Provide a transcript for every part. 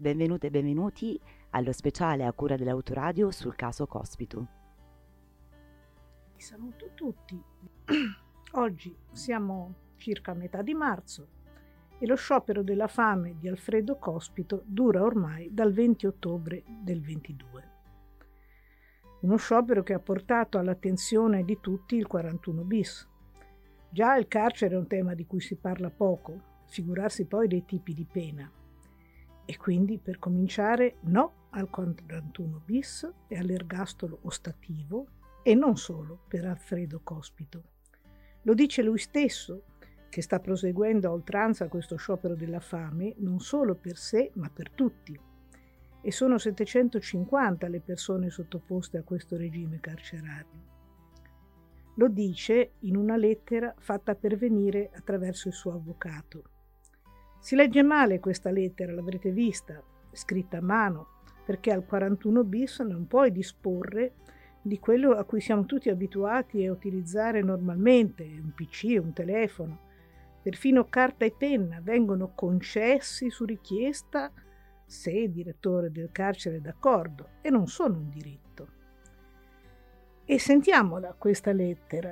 Benvenute e benvenuti allo speciale a cura dell'Autoradio sul caso Cospito. Saluto tutti. Oggi siamo circa a metà di marzo e lo sciopero della fame di Alfredo Cospito dura ormai dal 20 ottobre del 22. Uno sciopero che ha portato all'attenzione di tutti il 41 bis. Già il carcere è un tema di cui si parla poco, figurarsi poi dei tipi di pena. E quindi, per cominciare, no al 41 bis e all'ergastolo ostativo, e non solo per Alfredo Cospito. Lo dice lui stesso, che sta proseguendo a oltranza questo sciopero della fame, non solo per sé, ma per tutti. E sono 750 le persone sottoposte a questo regime carcerario. Lo dice in una lettera fatta pervenire attraverso il suo avvocato. Si legge male questa lettera, l'avrete vista, scritta a mano, perché al 41 bis non puoi disporre di quello a cui siamo tutti abituati a utilizzare normalmente, un PC, un telefono. Perfino carta e penna vengono concessi su richiesta se il direttore del carcere è d'accordo, e non sono un diritto. E sentiamola questa lettera.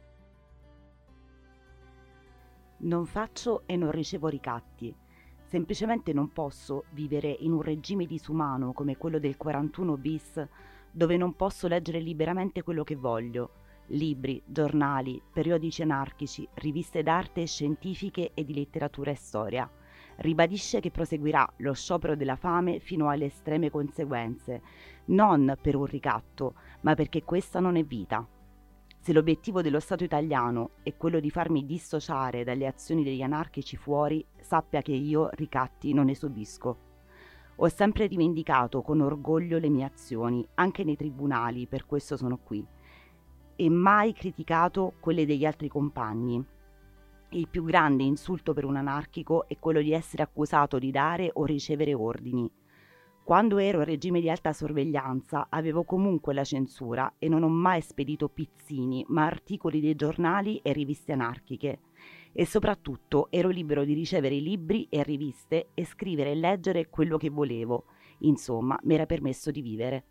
Non faccio e non ricevo ricatti. Semplicemente non posso vivere in un regime disumano come quello del 41 bis, dove non posso leggere liberamente quello che voglio. Libri, giornali, periodici anarchici, riviste d'arte e scientifiche e di letteratura e storia. Ribadisce che proseguirà lo sciopero della fame fino alle estreme conseguenze, non per un ricatto, ma perché questa non è vita. Se l'obiettivo dello Stato italiano è quello di farmi dissociare dalle azioni degli anarchici fuori, sappia che io ricatti non ne subisco. Ho sempre rivendicato con orgoglio le mie azioni, anche nei tribunali, per questo sono qui, e mai criticato quelle degli altri compagni. Il più grande insulto per un anarchico è quello di essere accusato di dare o ricevere ordini. Quando ero in regime di alta sorveglianza avevo comunque la censura e non ho mai spedito pizzini, ma articoli dei giornali e riviste anarchiche. E soprattutto ero libero di ricevere libri e riviste e scrivere e leggere quello che volevo. Insomma, mi era permesso di vivere.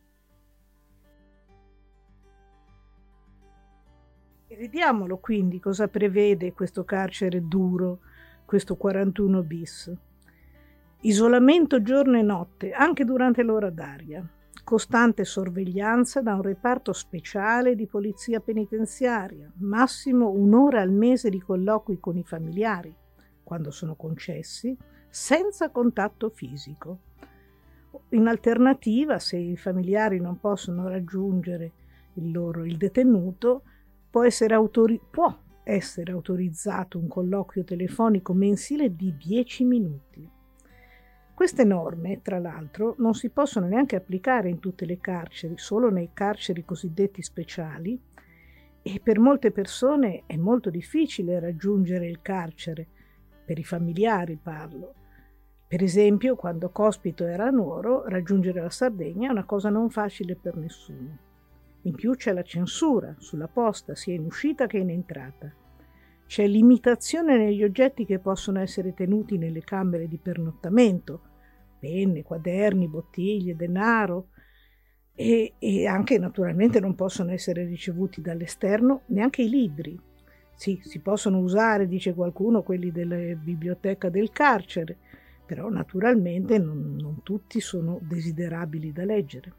E vediamolo quindi cosa prevede questo carcere duro, questo 41 bis. Isolamento giorno e notte, anche durante l'ora d'aria. Costante sorveglianza da un reparto speciale di polizia penitenziaria. Massimo un'ora al mese di colloqui con i familiari, quando sono concessi, senza contatto fisico. In alternativa, se i familiari non possono raggiungere il detenuto, può essere autorizzato un colloquio telefonico mensile di 10 minuti. Queste norme, tra l'altro, non si possono neanche applicare in tutte le carceri, solo nei carceri cosiddetti speciali, e per molte persone è molto difficile raggiungere il carcere, per i familiari parlo. Per esempio, quando Cospito era a Nuoro, raggiungere la Sardegna è una cosa non facile per nessuno. In più c'è la censura sulla posta, sia in uscita che in entrata. C'è limitazione negli oggetti che possono essere tenuti nelle camere di pernottamento, penne, quaderni, bottiglie, denaro, e anche naturalmente non possono essere ricevuti dall'esterno neanche i libri. Sì, si possono usare, dice qualcuno, quelli della biblioteca del carcere, però naturalmente non tutti sono desiderabili da leggere.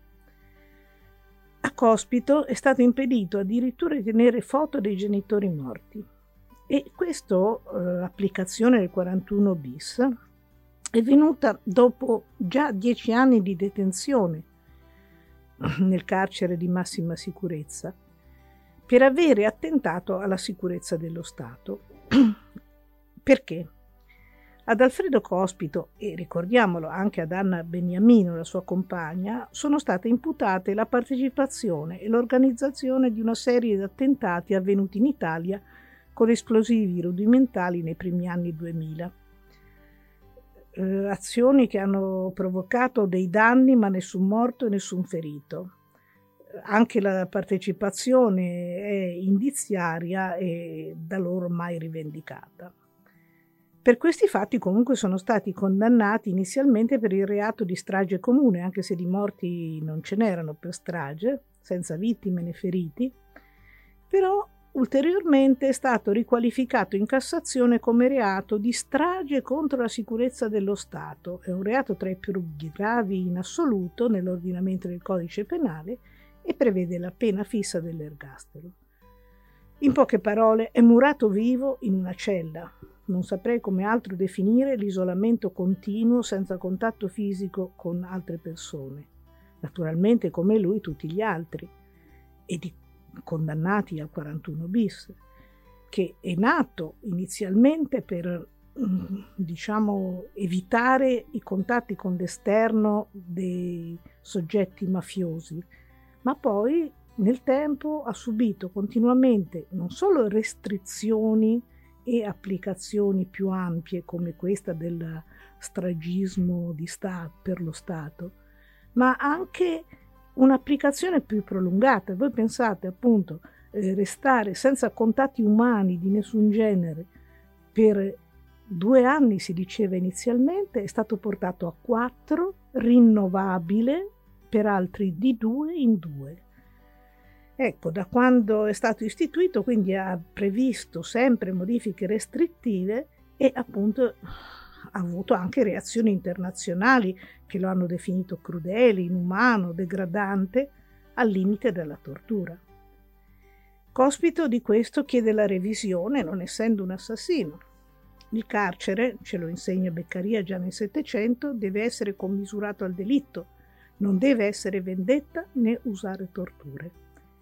A Cospito è stato impedito addirittura di tenere foto dei genitori morti, e questa applicazione del 41 bis è venuta dopo già 10 anni di detenzione nel carcere di massima sicurezza per avere attentato alla sicurezza dello Stato. Perché? Ad Alfredo Cospito, e ricordiamolo anche ad Anna Beniamino, la sua compagna, sono state imputate la partecipazione e l'organizzazione di una serie di attentati avvenuti in Italia con esplosivi rudimentali nei primi anni 2000. Azioni che hanno provocato dei danni ma nessun morto e nessun ferito. Anche la partecipazione è indiziaria e da loro mai rivendicata. Per questi fatti comunque sono stati condannati inizialmente per il reato di strage comune, anche se di morti non ce n'erano per strage, senza vittime né feriti, però ulteriormente è stato riqualificato in Cassazione come reato di strage contro la sicurezza dello Stato. È un reato tra i più gravi in assoluto nell'ordinamento del Codice Penale e prevede la pena fissa dell'ergastolo. In poche parole, è murato vivo in una cella. Non saprei come altro definire l'isolamento continuo senza contatto fisico con altre persone. Naturalmente come lui tutti gli altri, e di condannati al 41 bis, che è nato inizialmente per evitare i contatti con l'esterno dei soggetti mafiosi, ma poi nel tempo ha subito continuamente non solo restrizioni e applicazioni più ampie come questa del stragismo per lo Stato, ma anche un'applicazione più prolungata. Voi pensate appunto restare senza contatti umani di nessun genere per 2 anni, si diceva inizialmente, è stato portato a 4, rinnovabile per altri di 2 in 2. Ecco, da quando è stato istituito quindi ha previsto sempre modifiche restrittive e appunto ha avuto anche reazioni internazionali che lo hanno definito crudele, inumano, degradante, al limite della tortura. Cospito di questo chiede la revisione, non essendo un assassino. Il carcere, ce lo insegna Beccaria già nel Settecento, deve essere commisurato al delitto, non deve essere vendetta né usare torture.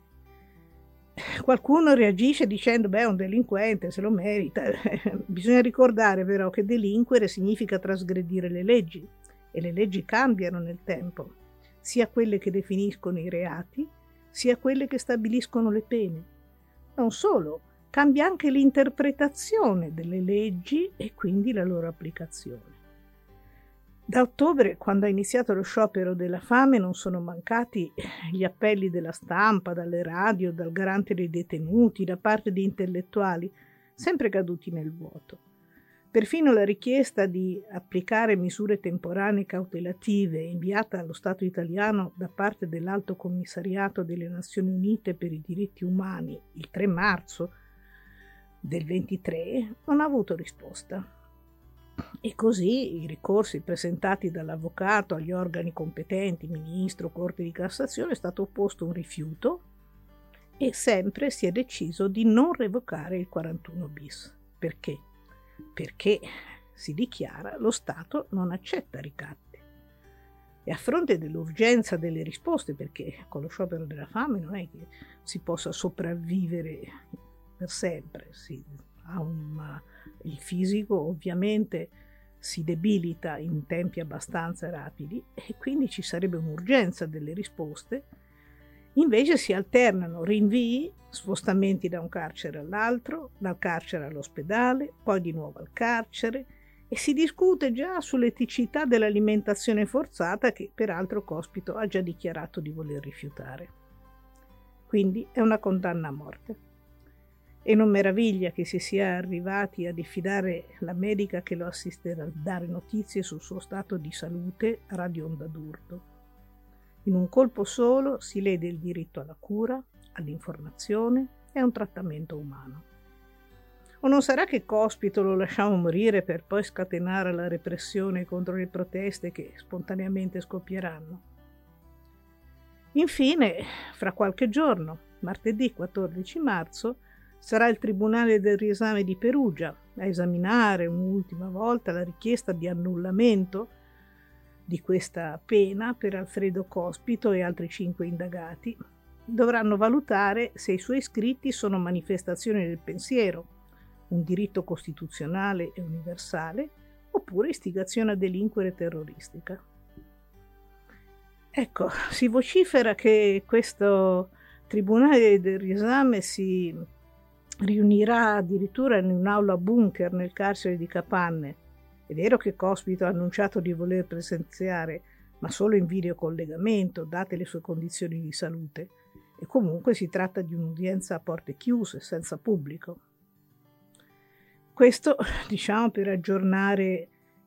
Qualcuno reagisce dicendo è un delinquente, se lo merita. Bisogna ricordare però che delinquere significa trasgredire le leggi e le leggi cambiano nel tempo, sia quelle che definiscono i reati, sia quelle che stabiliscono le pene. Non solo, cambia anche l'interpretazione delle leggi e quindi la loro applicazione. Da ottobre, quando ha iniziato lo sciopero della fame, non sono mancati gli appelli della stampa, dalle radio, dal garante dei detenuti, da parte di intellettuali, sempre caduti nel vuoto. Perfino la richiesta di applicare misure temporanee cautelative inviata allo Stato italiano da parte dell'Alto Commissariato delle Nazioni Unite per i diritti umani il 3 marzo del 23 non ha avuto risposta. E così i ricorsi presentati dall'avvocato agli organi competenti, ministro, Corte di Cassazione, è stato opposto un rifiuto e sempre si è deciso di non revocare il 41 bis. Perché? Perché si dichiara lo Stato non accetta ricatti. E a fronte dell'urgenza delle risposte, perché con lo sciopero della fame non è che si possa sopravvivere per sempre, il fisico ovviamente si debilita in tempi abbastanza rapidi e quindi ci sarebbe un'urgenza delle risposte. Invece si alternano rinvii, spostamenti da un carcere all'altro, dal carcere all'ospedale, poi di nuovo al carcere, e si discute già sull'eticità dell'alimentazione forzata che peraltro Cospito ha già dichiarato di voler rifiutare. Quindi è una condanna a morte. E non meraviglia che si sia arrivati a diffidare la medica che lo assisterà a dare notizie sul suo stato di salute a Radio Onda d'Urto. In un colpo solo si lede il diritto alla cura, all'informazione e a un trattamento umano. O non sarà che Cospito lo lasciamo morire per poi scatenare la repressione contro le proteste che spontaneamente scoppieranno? Infine, fra qualche giorno, martedì 14 marzo, sarà il Tribunale del Riesame di Perugia a esaminare un'ultima volta la richiesta di annullamento di questa pena per Alfredo Cospito e altri 5 indagati. Dovranno valutare se i suoi scritti sono manifestazioni del pensiero, un diritto costituzionale e universale, oppure istigazione a delinquere terroristica. Ecco, si vocifera che questo Tribunale del Riesame si riunirà addirittura in un'aula bunker nel carcere di Capanne. È vero che Cospito ha annunciato di voler presenziare, ma solo in videocollegamento, date le sue condizioni di salute, e comunque si tratta di un'udienza a porte chiuse, senza pubblico. Questo, diciamo, per aggiornare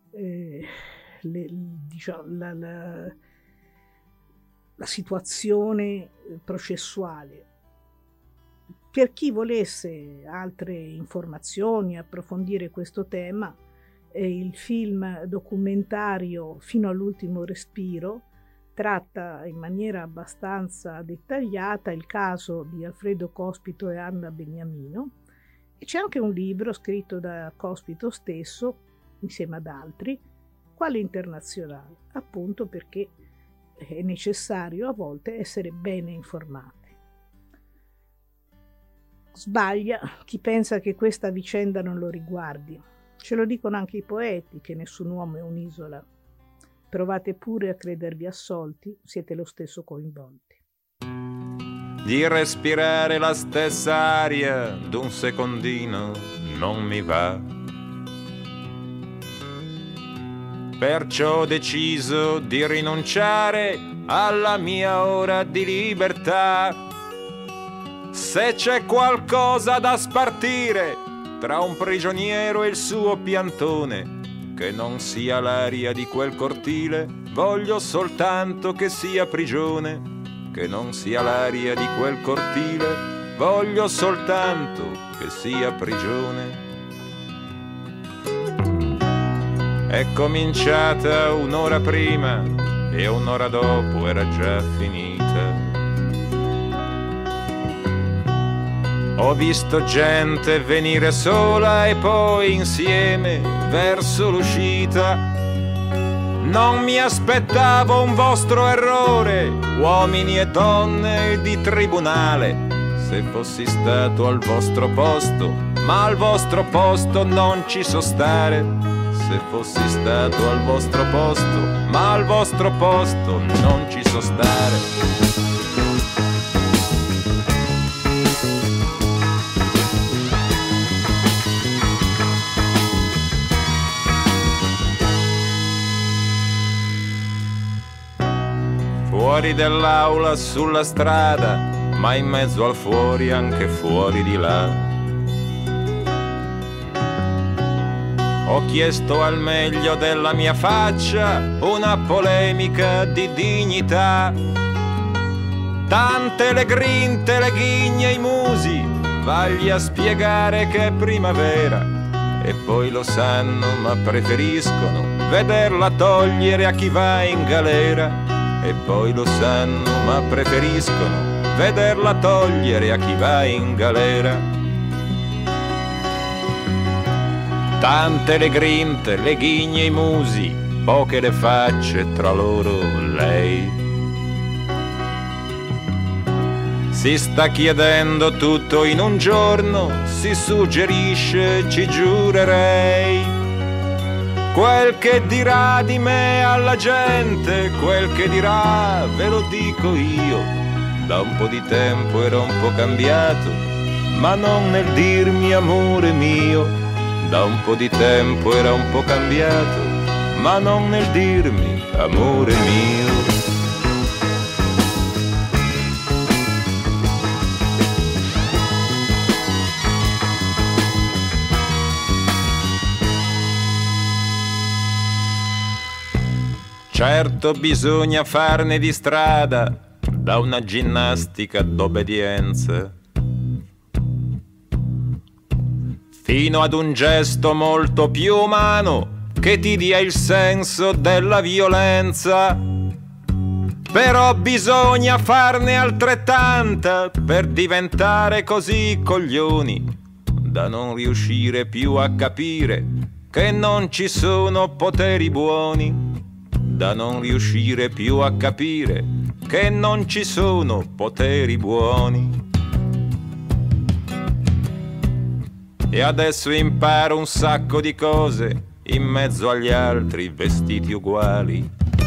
la situazione processuale. Per chi volesse altre informazioni, approfondire questo tema, il film documentario Fino all'ultimo respiro tratta in maniera abbastanza dettagliata il caso di Alfredo Cospito e Anna Beniamino, e c'è anche un libro scritto da Cospito stesso insieme ad altri, Quale internazionale, appunto perché è necessario a volte essere bene informati. Sbaglia chi pensa che questa vicenda non lo riguardi. Ce lo dicono anche i poeti, che nessun uomo è un'isola. Provate pure a credervi assolti, siete lo stesso coinvolti. Di respirare la stessa aria d'un secondino non mi va. Perciò ho deciso di rinunciare alla mia ora di libertà. Se c'è qualcosa da spartire tra un prigioniero e il suo piantone, che non sia l'aria di quel cortile, voglio soltanto che sia prigione. Che non sia l'aria di quel cortile, voglio soltanto che sia prigione. È cominciata un'ora prima e un'ora dopo era già finita. Ho visto gente venire sola e poi insieme verso l'uscita. Non mi aspettavo un vostro errore, uomini e donne di tribunale. Se fossi stato al vostro posto, ma al vostro posto non ci so stare. Se fossi stato al vostro posto, ma al vostro posto non ci so stare. Fuori dell'aula, sulla strada, ma in mezzo al fuori, anche fuori di là. Ho chiesto al meglio della mia faccia una polemica di dignità. Tante le grinte, le ghigne, i musi, vagli a spiegare che è primavera. E poi lo sanno, ma preferiscono vederla togliere a chi va in galera. E poi lo sanno, ma preferiscono vederla togliere a chi va in galera. Tante le grinte, le ghigne, i musi, poche le facce, tra loro lei. Si sta chiedendo tutto in un giorno, si suggerisce, ci giurerei. Quel che dirà di me alla gente, quel che dirà ve lo dico io. Da un po' di tempo ero un po' cambiato, ma non nel dirmi amore mio. Da un po' di tempo era un po' cambiato, ma non nel dirmi amore mio. Certo bisogna farne di strada da una ginnastica d'obbedienza fino ad un gesto molto più umano che ti dia il senso della violenza. Però bisogna farne altrettanta per diventare così coglioni da non riuscire più a capire che non ci sono poteri buoni. Da non riuscire più a capire che non ci sono poteri buoni. E adesso imparo un sacco di cose in mezzo agli altri vestiti uguali.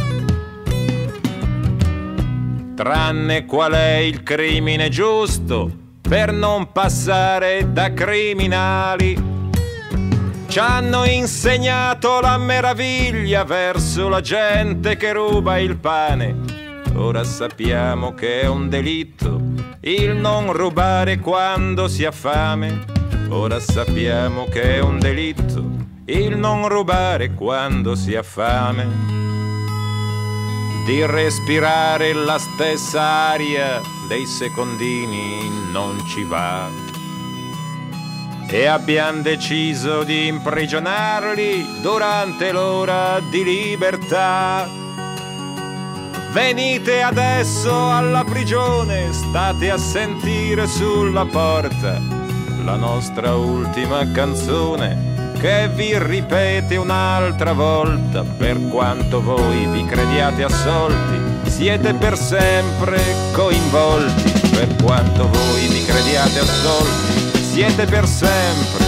Tranne qual è il crimine giusto per non passare da criminali. Ci hanno insegnato la meraviglia verso la gente che ruba il pane. Ora sappiamo che è un delitto il non rubare quando si ha fame. Ora sappiamo che è un delitto il non rubare quando si ha fame, di respirare la stessa aria dei secondini non ci va. E abbiamo deciso di imprigionarli durante l'ora di libertà. Venite adesso alla prigione, state a sentire sulla porta la nostra ultima canzone, che vi ripete un'altra volta. Per quanto voi vi crediate assolti, siete per sempre coinvolti. Per quanto voi vi crediate assolti, siete per sempre